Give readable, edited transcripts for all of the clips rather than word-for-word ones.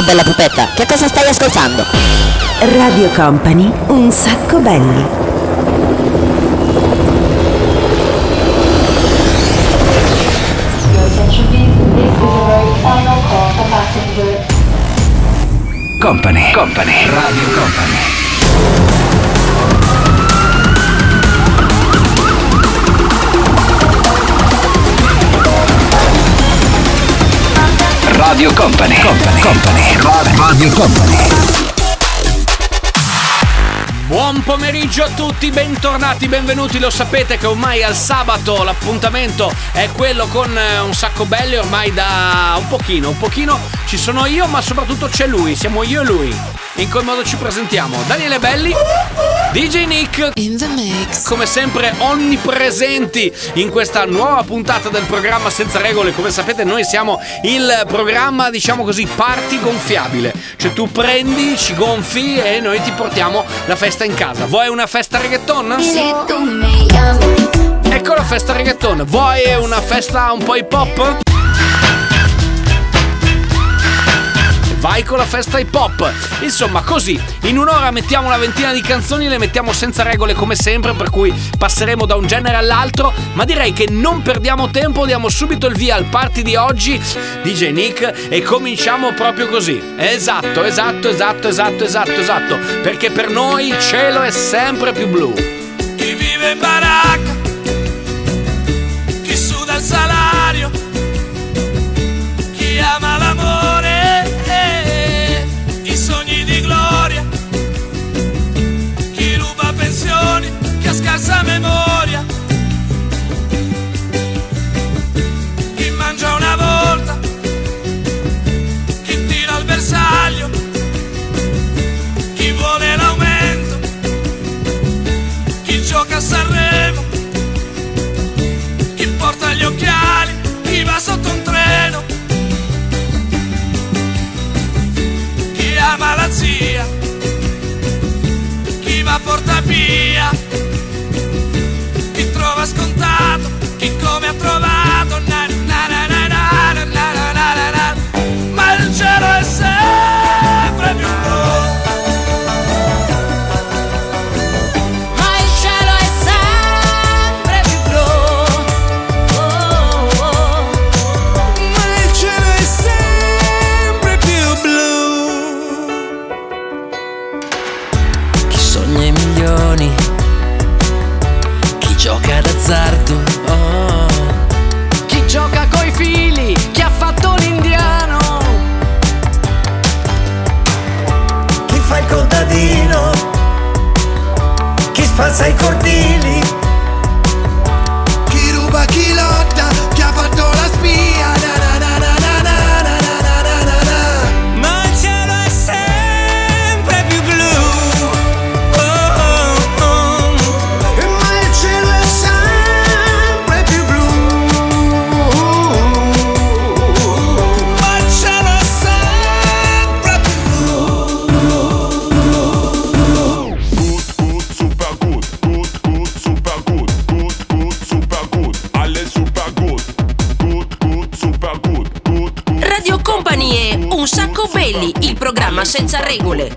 bella pupetta, che cosa stai ascoltando? Radio Company, un sacco belli. Company, Radio Company. Radio Company. Radio Company. Buon pomeriggio a tutti, bentornati, benvenuti. Lo sapete che ormai al sabato l'appuntamento è quello con un sacco belli. Ormai da un pochino ci sono io, ma soprattutto c'è lui. Siamo io e lui. In quel modo ci presentiamo: Daniele Belli, DJ Nick, in the mix. Come sempre onnipresenti in questa nuova puntata del programma Senza Regole. Come sapete, noi siamo il programma, diciamo così, party gonfiabile. Cioè tu prendi, ci gonfi e noi ti portiamo la festa in casa. Vuoi una festa reggaeton? Ecco la festa reggaeton. Vuoi una festa un po' hip hop? Vai con la festa hip hop. Insomma, così in un'ora mettiamo una ventina di canzoni, le mettiamo senza regole come sempre, per cui passeremo da un genere all'altro. Ma direi che non perdiamo tempo, diamo subito il via al party di oggi, DJ Nick, e cominciamo proprio così. Esatto, perché per noi il cielo è sempre più blu. Chi vive in baracca, chi suda il salario, chi ama l'amore, i sogni di gloria, chi ruba pensioni, chi ha scarsa memoria, chi mangia una volta, chi tira al bersaglio, chi vuole l'aumento, chi gioca a Sanremo, chi porta gli occhiali, chi va sotto un treno, chi ama la zia, chi va a Portapia, chi trova scontato, chi come ha trovato, ma il cielo è sempre più blu. Gioca d'azzardo, chi gioca coi figli, chi ha fatto l'indiano, chi fa il contadino, chi spazza i cortili, chi ruba, chi lotta, chi ha fatto la spia, ma il cielo è sempre più blu. Un sacco belli, il programma senza regole.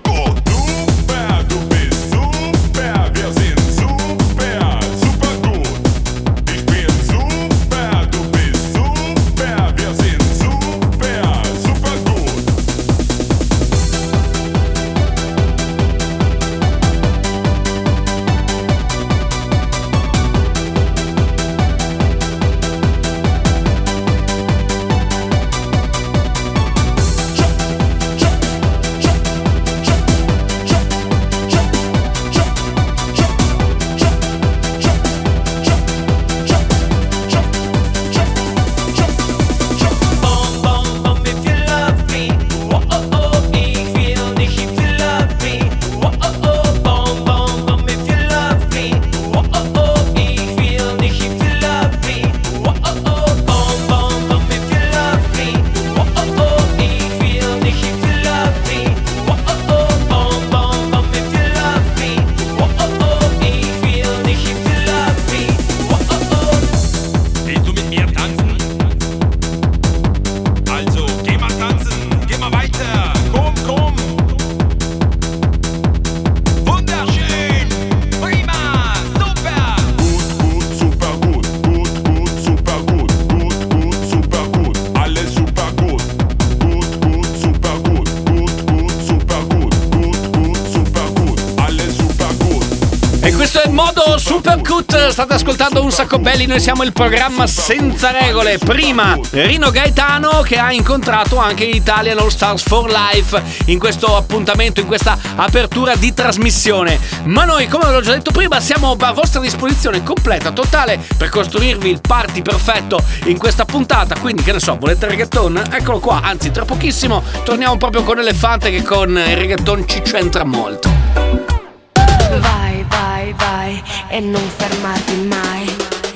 Supercut, state ascoltando Un Sacco Belli, noi siamo il programma senza regole. Prima Rino Gaetano che ha incontrato anche Italian All Stars for Life in questo appuntamento, in questa apertura di trasmissione. Ma noi, come l'ho già detto prima, siamo a vostra disposizione completa, totale, per costruirvi il party perfetto in questa puntata. Quindi, che ne so, volete reggaeton? Eccolo qua, anzi tra pochissimo torniamo proprio con Elefante, che con il reggaeton ci c'entra molto. Vai, vai, vai e non fermarti mai.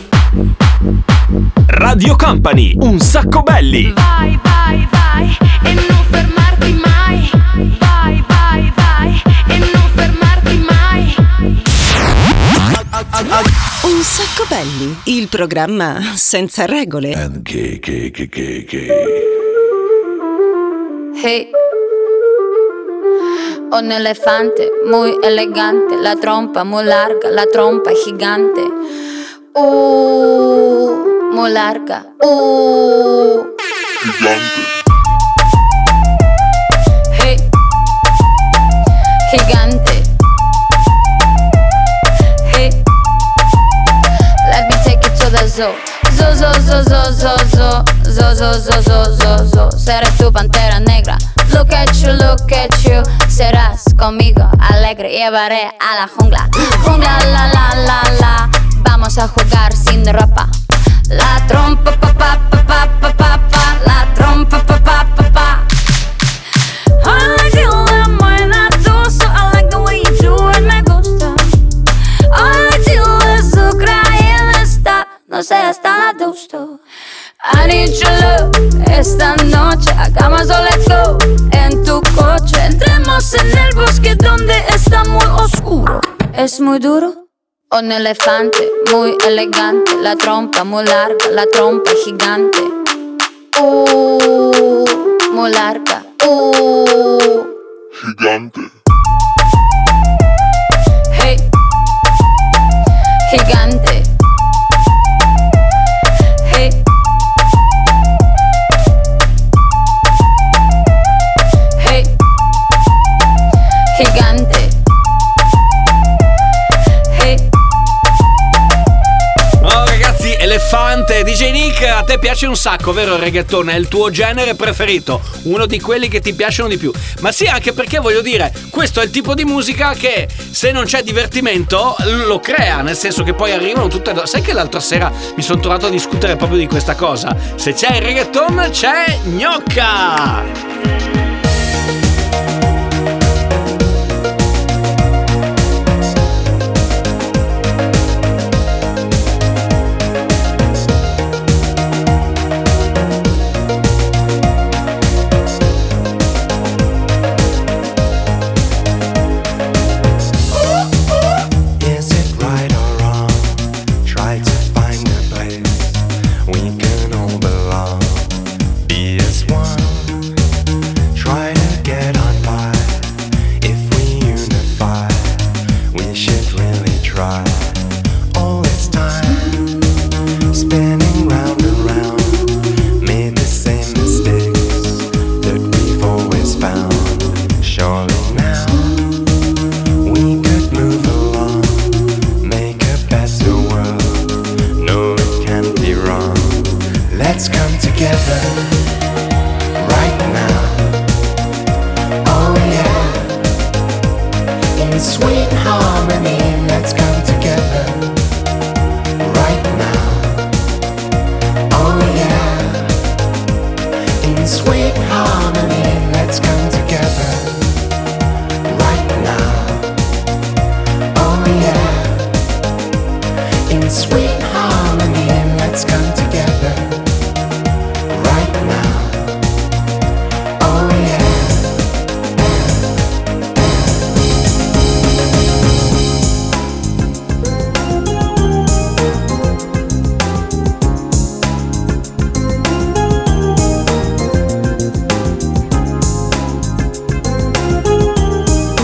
Radio Company, Un Sacco Belli. Vai, vai, vai e non fermarti mai. Vai, vai, vai e non fermarti mai. Un Sacco Belli, il programma senza regole. Hey, un elefante muy elegante, la trompa muy larga, la trompa gigante. Muy larga. Gigante. Hey, gigante. Hey, let me take it to the zoo. Zoo, zoo, zoo, zoo, zoo, zoo, zoo, zoo, zoo, zoo, zoo, zoo. Seré tu pantera negra. Look at you, serás conmigo alegre, llevaré a la jungla. Jungla, la, la, la, la, vamos a jugar sin ropa. La trompa, pa, pa, pa, pa, pa, pa, pa. La trompa, pa, pa, pa, pa. I feel that buena tuso, I like the way you do it, me gusta. I feel the azúcar y está, no sé, está gusto. I need your love, esta noche hagamos all let's go. En tu coche entremos en el bosque donde está muy oscuro. Es muy duro. Un elefante muy elegante, la trompa muy larga, la trompa gigante. Muy larga. Gigante. Hey, gigante. Hey. Gigante. Hey. Oh ragazzi, Elefante, DJ Nick, a te piace un sacco, vero il reggaeton? È il tuo genere preferito, uno di quelli che ti piacciono di più. Ma sì, anche perché voglio dire, questo è il tipo di musica che se non c'è divertimento lo crea, nel senso che poi arrivano tutte... Sai che l'altra sera mi sono trovato a discutere proprio di questa cosa? Se c'è il reggaeton c'è gnocca!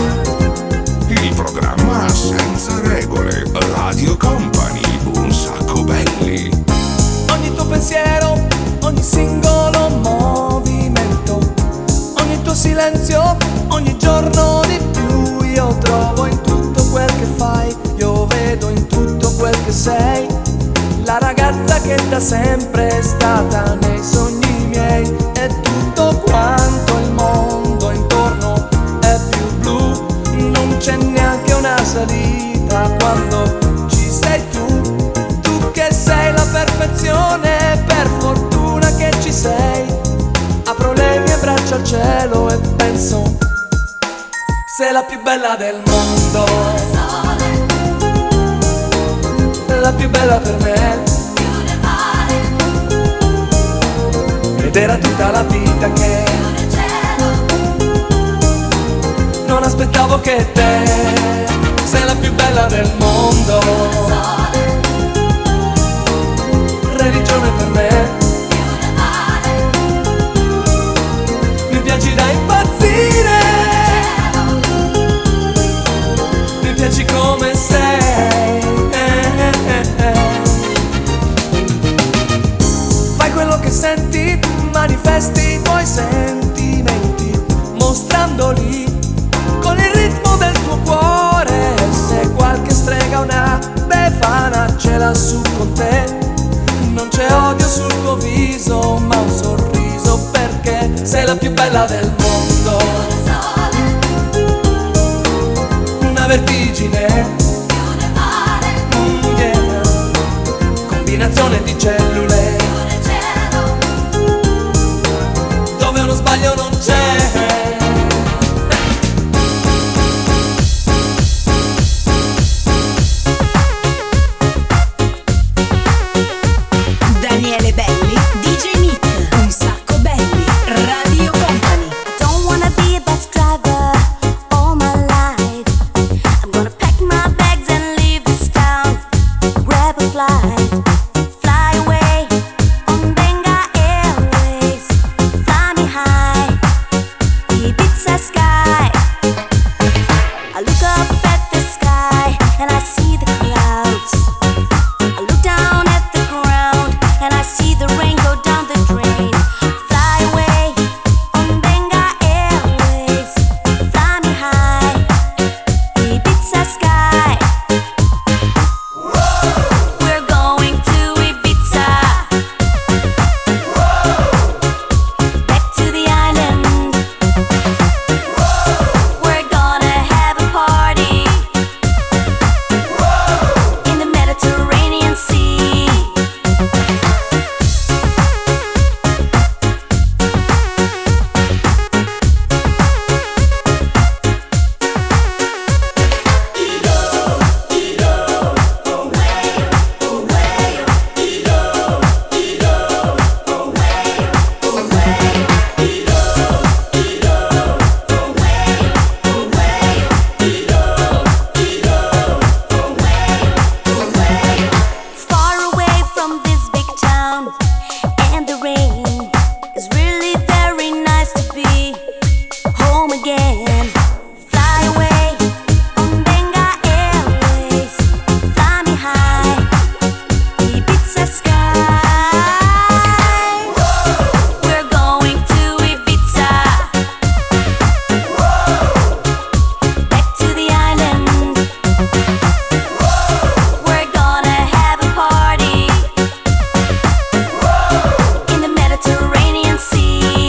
Radio Company, un sacco sei la ragazza che da sempre è stata nei sogni miei. E tutto quanto il mondo intorno è più blu, non c'è neanche una salita quando ci sei tu. Tu che sei la perfezione, per fortuna che ci sei. Apro le mie braccia al cielo e penso, sei la più bella del mondo, la più bella per me. Ed era tutta la vita che non aspettavo che te. Sei la più bella del mondo, religione per me. Mi piaci da impazzire, mi piaci come sei. Fai quello che senti, manifesti i tuoi sentimenti, mostrandoli con il ritmo del tuo cuore. Se qualche strega, una befana ce l'ha su con te, non c'è odio sul tuo viso, ma un sorriso, perché sei la più bella del mondo. Una vertigine, yeah. Combinazione di cellule, dove uno sbaglio non c'è. Daniele Belli, DJ Nick, Un Sacco Belli, Radio Company. Don't wanna be a bus driver all my life. I'm gonna pack my bags and leave this town, grab a flight, fly away on Benga Airways, fly me high, Ibiza sky. I look up at the sky and I see the clouds. I look down at the ground and I see the rain go down the drain. Fly away on Benga Airways, fly me high, Ibiza sky. We're going to Ibiza, back to the island. We're gonna have a party in the Mediterranean Sea. Far away from this big town and the rain, it's really very nice to be home again. Fly away on Benga Airways, fly me high, Ibiza sky. We're going to Ibiza, back to the island. We're gonna have a party in the Mediterranean Sea.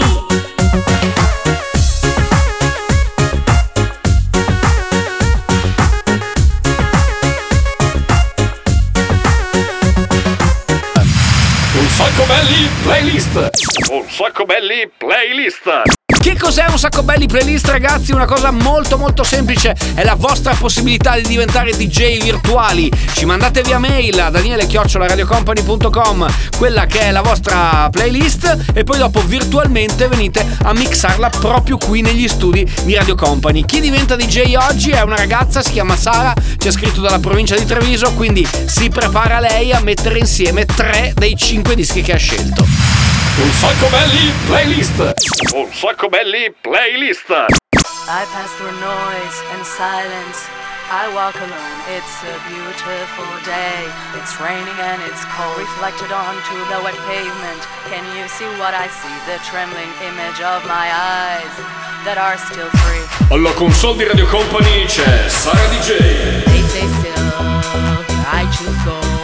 Un sacco belli playlist. Un sacco belli playlist. Che cos'è Un Sacco Belli Playlist, ragazzi? Una cosa molto molto semplice, è la vostra possibilità di diventare DJ virtuali. Ci mandate via mail a daniele@radiocompany.com quella che è la vostra playlist e poi dopo virtualmente venite a mixarla proprio qui negli studi di Radio Company. Chi diventa DJ oggi è una ragazza, si chiama Sara, c'è scritto dalla provincia di Treviso, quindi si prepara lei a mettere insieme 3 dei 5 dischi che ha scelto. Un Sacco Belli Playlist. Un Sacco Belli Playlist. I pass through noise and silence. I walk alone, it's a beautiful day. It's raining and it's cold, reflected onto the wet pavement. Can you see what I see? The trembling image of my eyes that are still free. Alla console di Radio Company c'è Sara DJ. They say still, I choose gold.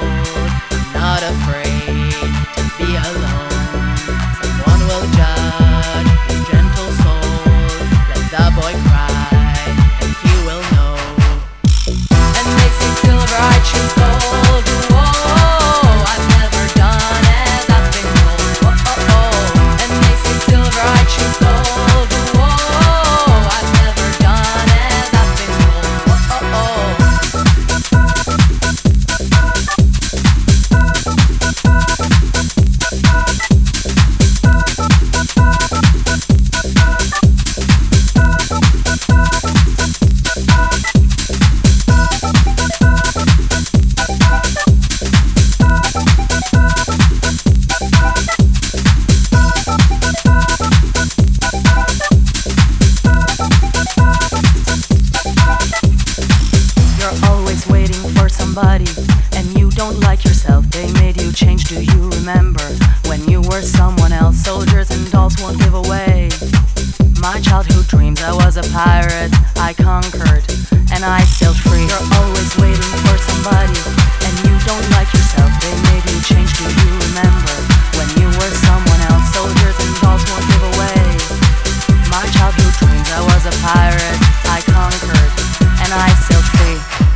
remember when you were someone else? Soldiers and dolls won't give away my childhood dreams. I was a pirate, I conquered, and I sailed free. You're always waiting for somebody, and you don't like yourself. They made you change. Do you remember when you were someone else? Soldiers and dolls won't give away my childhood dreams. I was a pirate, I conquered, and I sailed free.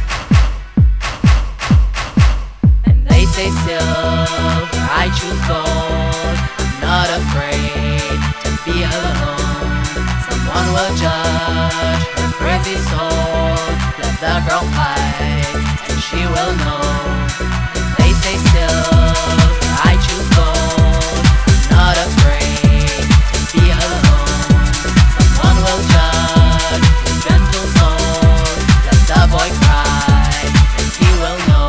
They say silver, I choose gold. I'm not afraid to be alone. Someone will judge her crazy soul. Let the girl fight, and she will know. They say silver, I choose gold. I'm not afraid to be alone. Someone will judge his gentle soul. Let the boy cry, and he will know.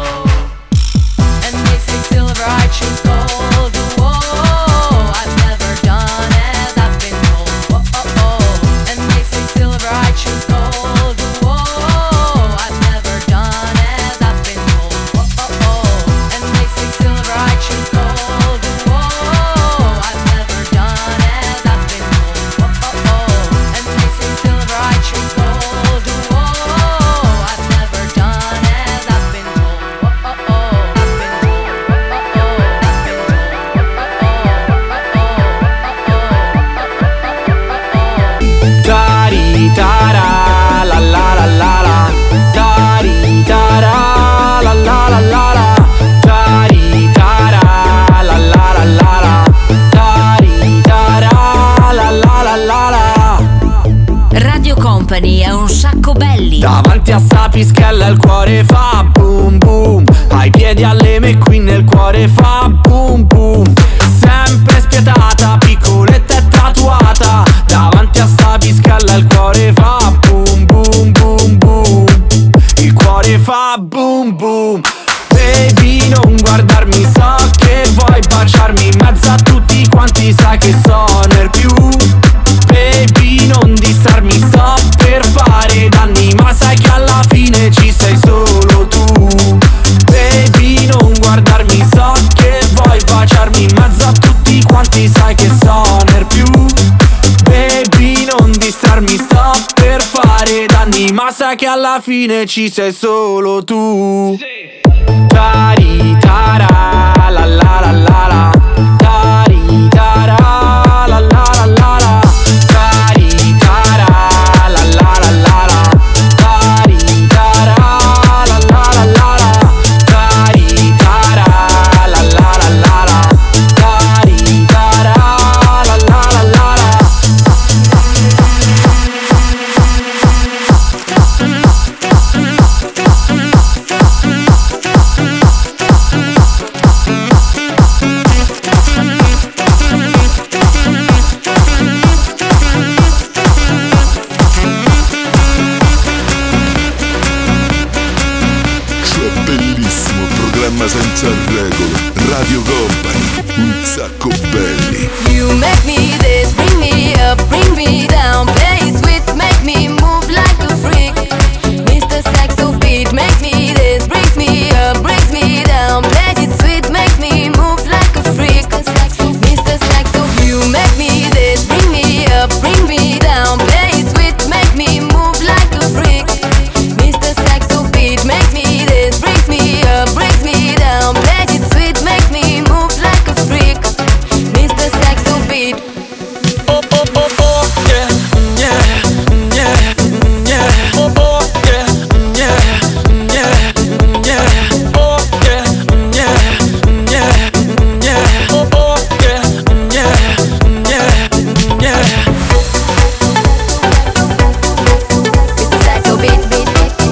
I choose gold, whoa, I've never done as I've been told, whoa, oh, oh. And they say silver, I choose gold, whoa, I've never done as I've been told, whoa, oh, oh. And they say silver, I choose gold, whoa, I've never done as I've been told, whoa, oh, oh. And they say silver, I choose gold, whoa, I've never done as I've been told, whoa, oh, oh. Tara la la la la la, tari tara la la la la la, tari tara la la la la la, tari tara la la la la la. Radio Company è un sacco belli. Davanti a sta pischella il cuore fa boom boom, ai piedi alle McQueen il cuore fa boom boom. Sempre spietata, piccoletta e tatuata, davanti a sta pischella il cuore fa boom boom boom boom. Il cuore fa boom boom. Baby non guardarmi, so che vuoi baciarmi in mezzo a tutti quanti, sai che sono il più. Baby non distarmi, sto per fare danni, ma sai che alla fine ci sei solo tu. Baby non guardarmi, so che vuoi baciarmi in mezzo a tutti quanti, sai che sono il più. Baby non distarmi, sto per fare danni, ma sai che alla fine ci sei solo tu. Tari tara la la la la la, tari tara la la la la la, tari tara la la la la la, tari tara la la la la la, tari tara la la la la la, tari tara la la la la la. Bellissimo programma senza regole, Radio Company, un sacco belli. You make me this, bring me up, bring me down, play it sweet, make me move like a freak. Mr. Saxo beat makes me this, brings me up, brings me down, play it sweet, makes me move like a freak. Mr. Saxo, you make me this, bring me up, bring me down, play it sweet, make me move like a freak. Mr. Saxo beat makes me this, brings me up, brings me down, play it sweet, makes me move like a freak. Mr. Saxo beat. Oh oh oh oh yeah yeah yeah yeah. Oh oh yeah yeah yeah yeah. Oh yeah yeah yeah yeah. Oh oh yeah yeah yeah yeah. Mr. Saxo beat beat.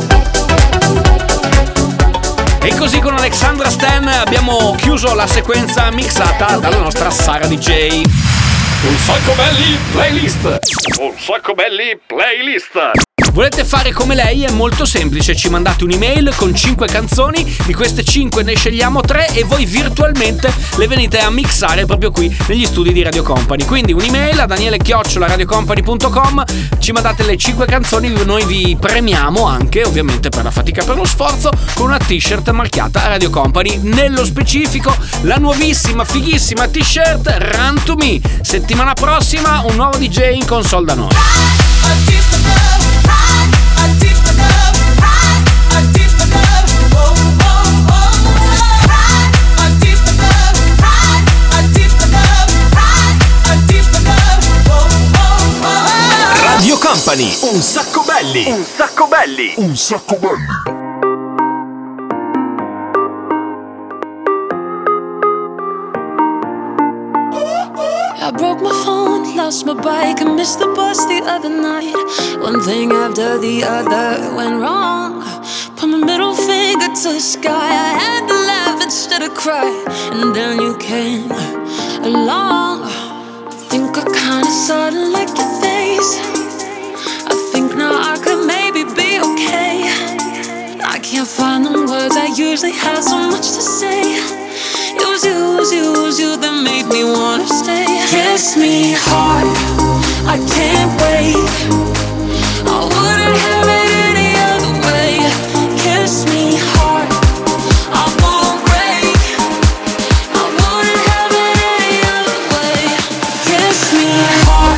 E così con Alexandra Stan abbiamo chiuso la sequenza mixata dalla nostra Sara DJ. Un sacco belli playlist. Un sacco belli playlist. Volete fare come lei? È molto semplice, ci mandate un'email con 5 canzoni, di queste 5 ne scegliamo 3 e voi virtualmente le venite a mixare proprio qui negli studi di Radio Company. Quindi un'email a daniele@radiocompany.com, ci mandate le 5 canzoni, noi vi premiamo anche ovviamente per la fatica, per lo sforzo, con una t-shirt marchiata Radio Company. Nello specifico la nuovissima fighissima t-shirt Run to Me. Settimana prossima un nuovo DJ in console da noi. Radio Company, un sacco belli. Un sacco belli. Un sacco belli. I broke my phone, lost my bike, and missed the bus the other night. One thing after the other went wrong. Put my middle finger to the sky. I had to laugh instead of cry. And then you came along. I think I kinda sorta like your face. I think now I could maybe be okay. I can't find the words, I usually have so much to say. It was you that made me wanna stay. Kiss me hard, I can't wait. I wouldn't have it any other way. Kiss me hard, I won't break. I wouldn't have it any other way. Kiss me hard.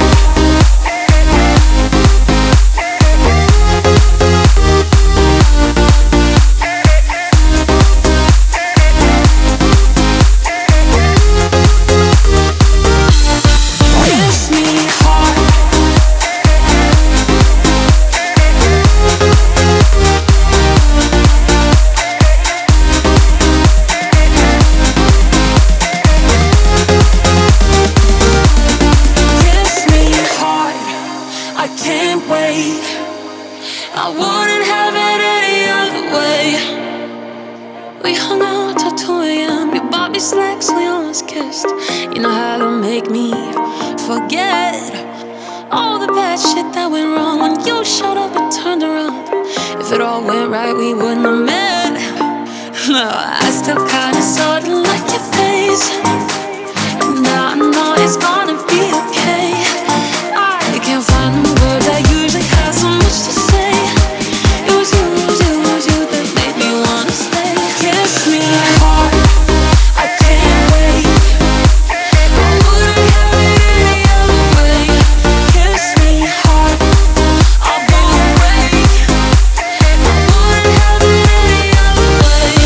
I wouldn't have it any other way. We hung out till 2 a.m. You bought me snacks, we almost kissed. You know how to make me forget all the bad shit that went wrong. When you showed up and turned around, if it all went right, we wouldn't have met. No, I still kinda sorta like your face. And now I know it's gonna be okay. I can't find the words, I usually have so much to say. It was you that made me wanna stay. Kiss me hard, I can't wait. I wouldn't have it any other way. Kiss me hard, I won't break. I wouldn't have it any other way.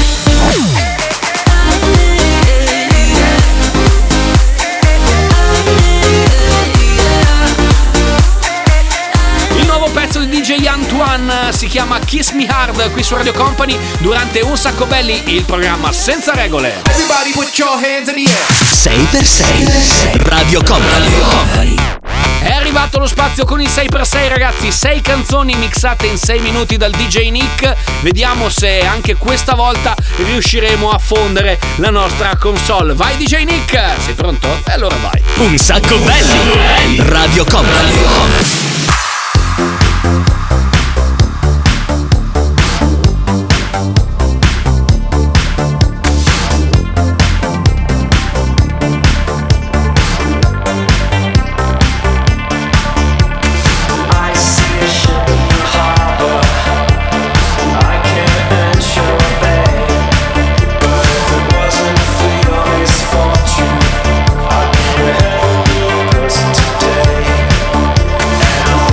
Il nuovo pezzo di DJ Antoine si chiama Kiss Me Hard qui su Radio Company durante Un Sacco Belli, il programma senza regole. Everybody put your hands in the air. 6x6 Radio Company. È arrivato lo spazio con il 6x6, ragazzi. 6 canzoni mixate in 6 minuti dal DJ Nick. Vediamo se anche questa volta riusciremo a fondere la nostra console. Vai DJ Nick, sei pronto? E allora vai. Un Sacco Belli. Radio Company. Fortune, I'd be a heavenly person today.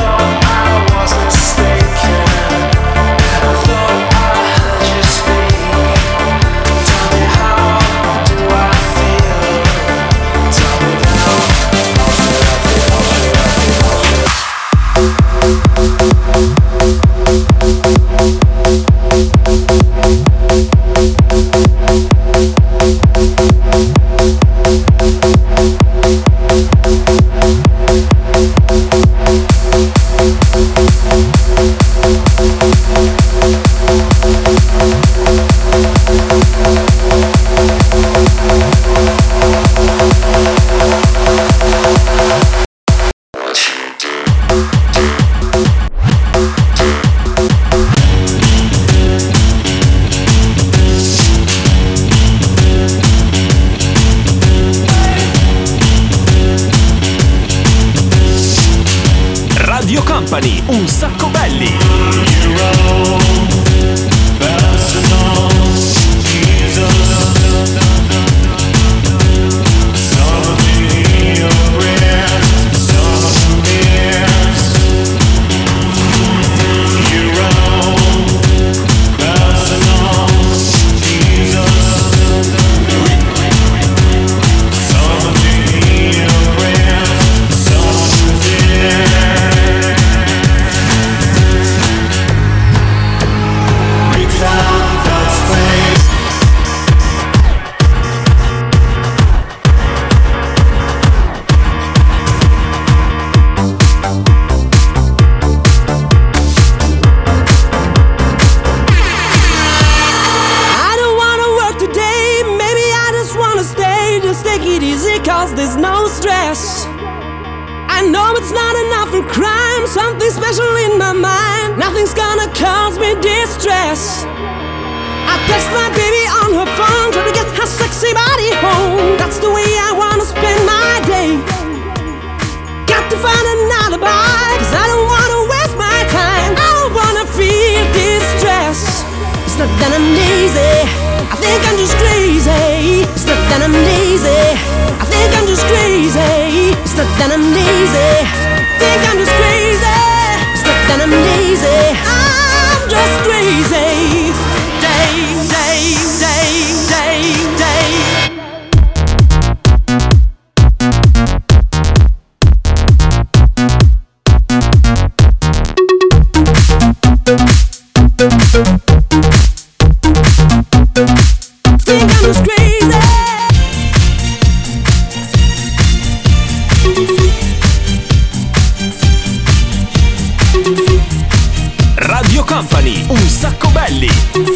Company, un sacco belli. There's no stress. I know it's not enough for crime. Something special in my mind. Nothing's gonna cause me distress. I text my baby on her phone, try to get her sexy body home. That's the way I wanna spend my day. Got to find an alibi, cause I don't wanna waste my time. I don't wanna feel distress. It's not that I'm lazy, I think I'm just crazy. It's not that I'm lazy, I think I'm just crazy. It's not that I'm lazy, I think I'm just crazy. It's not that I'm lazy, I'm just crazy. Day, day, day, day, day. Think I'm just crazy. Radio Company, un sacco belli.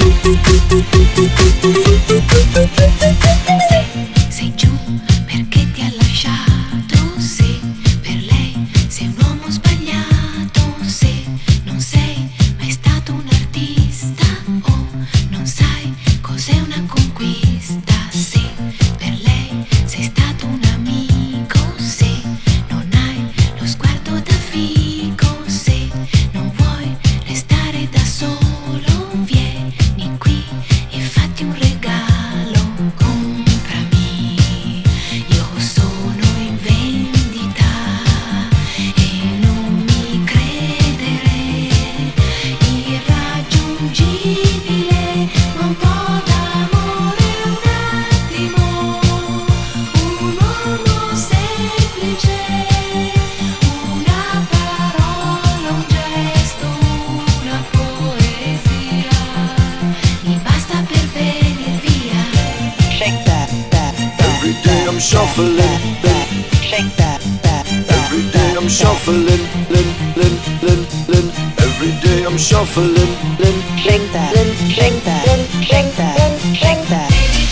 Sei giù perché ti ha lasciato, se per lei sei un uomo sbagliato, se non sei mai stato un artista o non sai cos'è una conquista, se per lei sei stato un amico, se non hai lo sguardo da figo, se non vuoi restare da solo, vieni qui e fatti un regalo, comprami, io sono in vendita e non mi credere, irraggiungibile, ma un po' d'amore, un attimo, un uomo semplice, una parola, un gesto, una poesia, mi basta per venir via. Shake that. Every day I'm shuffling, Shake that. every day I'm shuffling, every day I'm shuffling, Shake that. Shake that. Shake that. Shake that.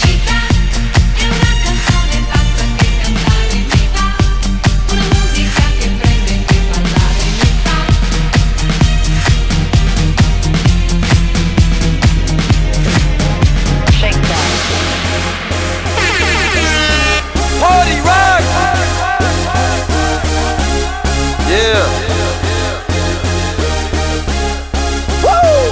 Party rock! Yeah! Woo!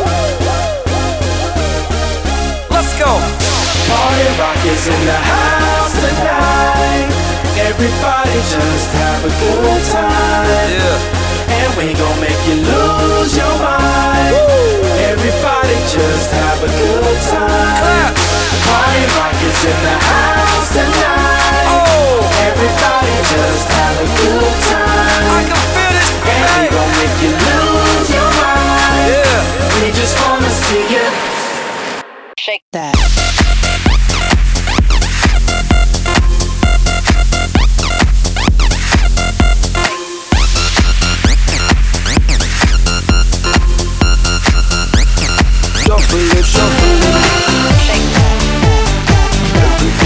Let's go! Party rock is in the house tonight. Everybody just have a good time. Yeah! And we gon' make you lose your mind. Everybody just have a good time. Party rock is in the house tonight. Everybody just have a good time. I can feel this, and we gon' make you lose your mind. Yeah! We just wanna see you shake that. Shuffle it, shake that. Every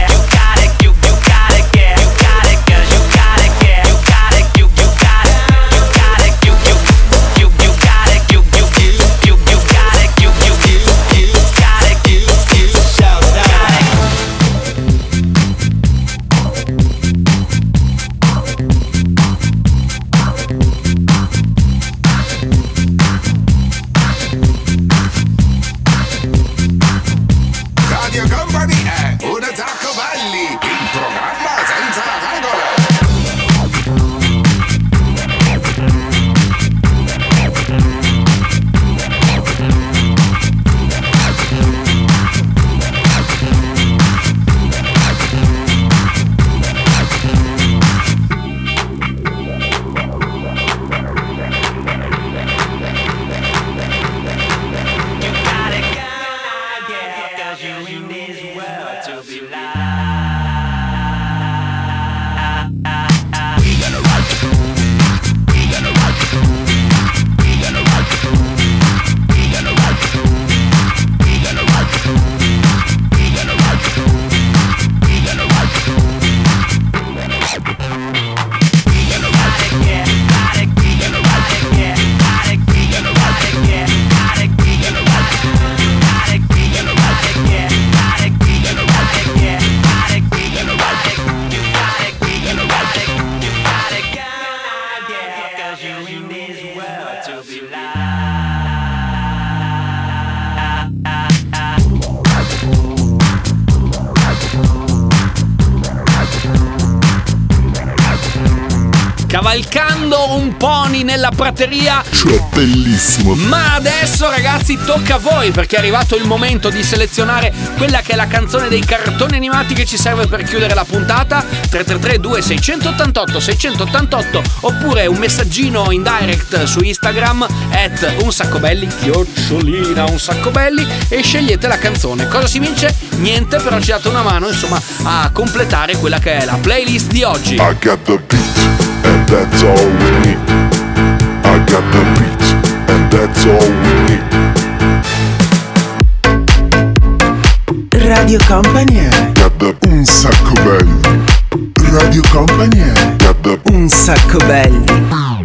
scavalcando un pony nella prateria. Cioè, bellissimo. Ma adesso ragazzi tocca a voi, perché è arrivato il momento di selezionare quella che è la canzone dei cartoni animati che ci serve per chiudere la puntata. 333-2688-688 oppure un messaggino in direct su Instagram @unsaccobelli @unsaccobelli e scegliete la canzone. Cosa si vince? Niente, però ci date una mano insomma a completare quella che è la playlist di oggi. I got the beat and that's all we need. I got the beat and that's all we need. Radio Company Got the un sacco belli. Radio Company got the un sacco belli.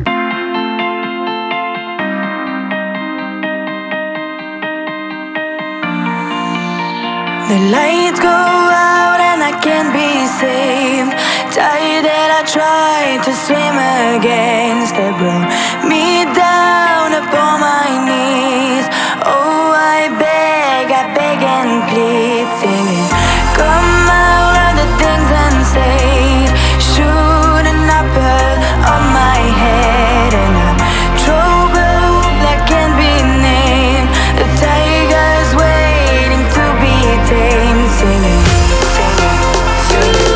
The lights go out and I can't be saved. Tired that I tried to swim against. They brought me down upon my knees. Oh, I beg and plead, singing, come out of the things unsaid. Shooting apple on my head, and I'm trouble that can't be named. The tiger's waiting to be tamed, singing, singing, singing,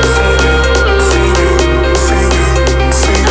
singing, singing,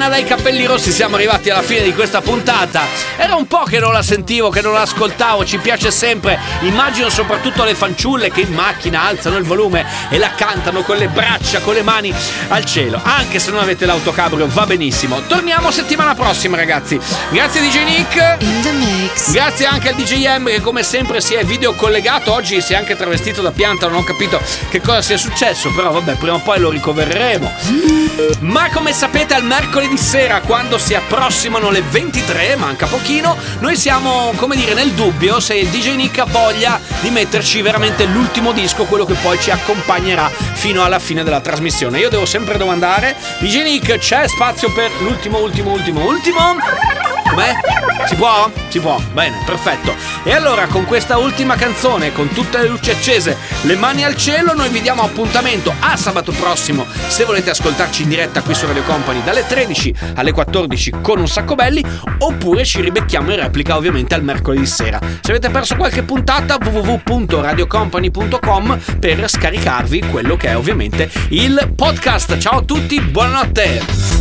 dai capelli rossi siamo arrivati alla fine di questa puntata. Era un po' che non la sentivo, che non la ascoltavo. Ci piace sempre. Immagino soprattutto le fanciulle che in macchina alzano il volume e la cantano con le braccia, con le mani al cielo. Anche se non avete l'autocabrio va benissimo. Torniamo settimana prossima, ragazzi. Grazie DJ Nick. In the mix. Grazie anche al DJ M che come sempre si è video collegato. Oggi si è anche travestito da pianta. Non ho capito che cosa sia successo, però vabbè, prima o poi lo ricovereremo. Ma come sapete, al mercoledì sera, quando si approssimano le 23, manca pochino, noi siamo, come dire, nel dubbio se il DJ Nick ha voglia di metterci veramente l'ultimo disco, quello che poi ci accompagnerà fino alla fine della trasmissione. Io devo sempre domandare: DJ Nick, c'è spazio per l'ultimo? Com'è? Si può? Si può, bene, perfetto. E allora con questa ultima canzone, con tutte le luci accese, le mani al cielo, noi vi diamo appuntamento a sabato prossimo, se volete ascoltarci in diretta qui su Radio Company dalle 13 alle 14 con Un Sacco Belli, oppure ci ribecchiamo in replica ovviamente al mercoledì sera. Se avete perso qualche puntata, www.radiocompany.com per scaricarvi quello che è ovviamente il podcast. Ciao a tutti, buonanotte.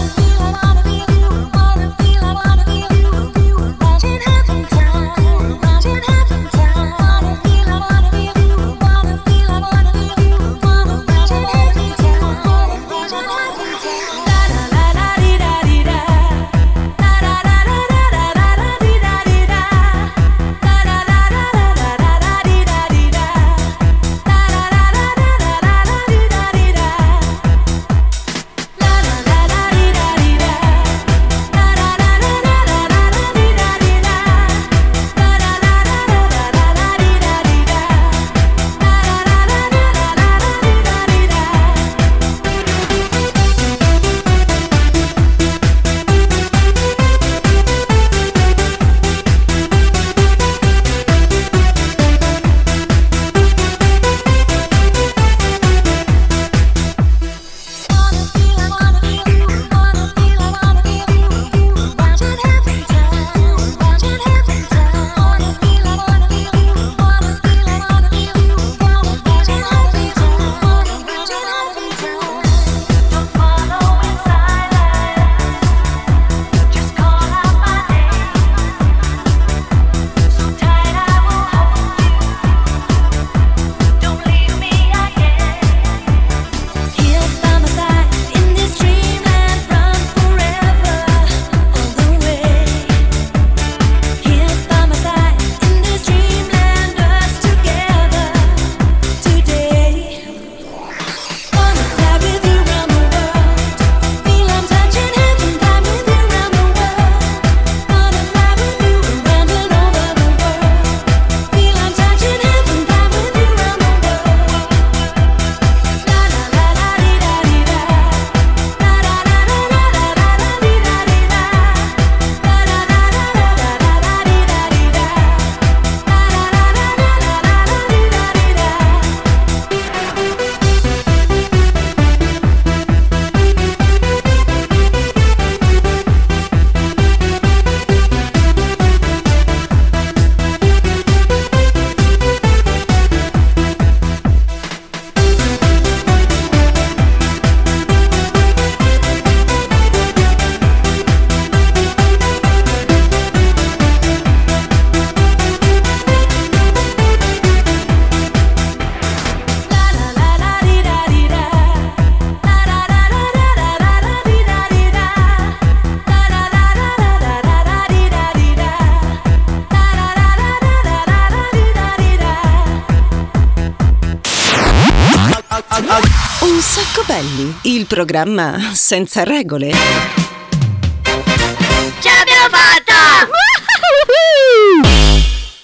Un Sacco Belli, il programma senza regole. Ce l'abbiamo fatta!